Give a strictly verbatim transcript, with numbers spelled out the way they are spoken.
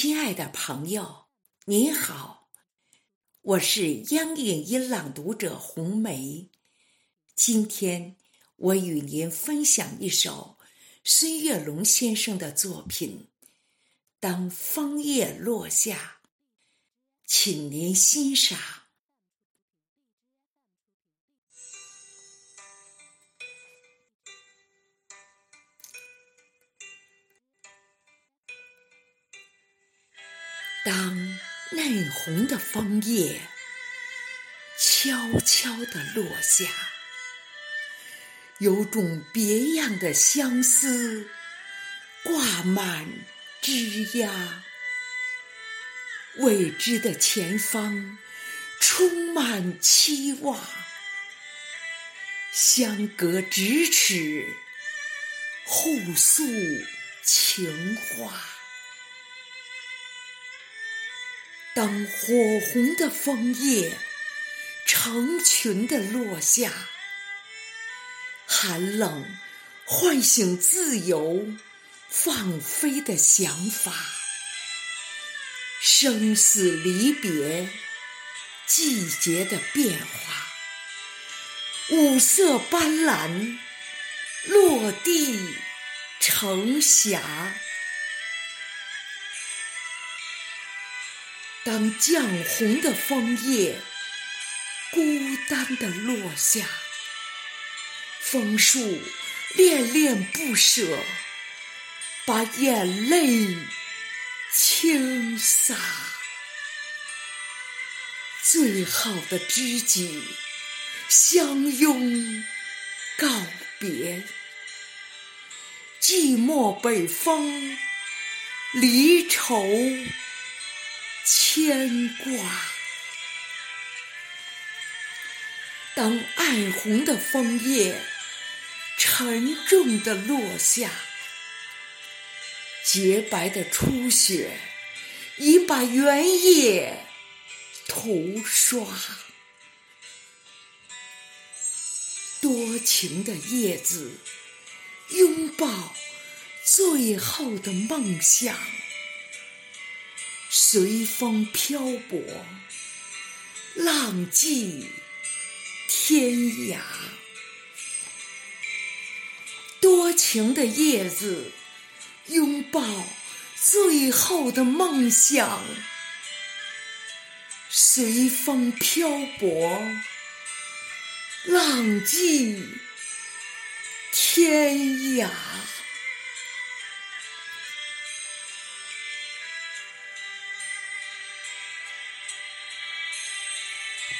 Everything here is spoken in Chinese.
亲爱的朋友，您好，我是央影音朗读者红梅。今天我与您分享一首孙月龙先生的作品《当枫叶落下》，请您欣赏。当嫩红的枫叶悄悄地落下，有种别样的相思挂满枝桠，未知的前方充满期望，相隔咫尺，互诉情话。当火红的枫叶成群地落下，寒冷唤醒自由放飞的想法，生死离别，季节的变化，五色斑斓，落地成霞。当绛红的枫叶孤单地落下，枫树恋恋不舍，把眼泪倾洒。最好的知己相拥告别，寂寞北风，离愁牵挂。当暗红的枫叶沉重地落下，洁白的初雪已把原野涂刷。多情的叶子拥抱最后的梦想，随风漂泊，浪迹天涯。多情的叶子拥抱最后的梦想，随风漂泊，浪迹天涯。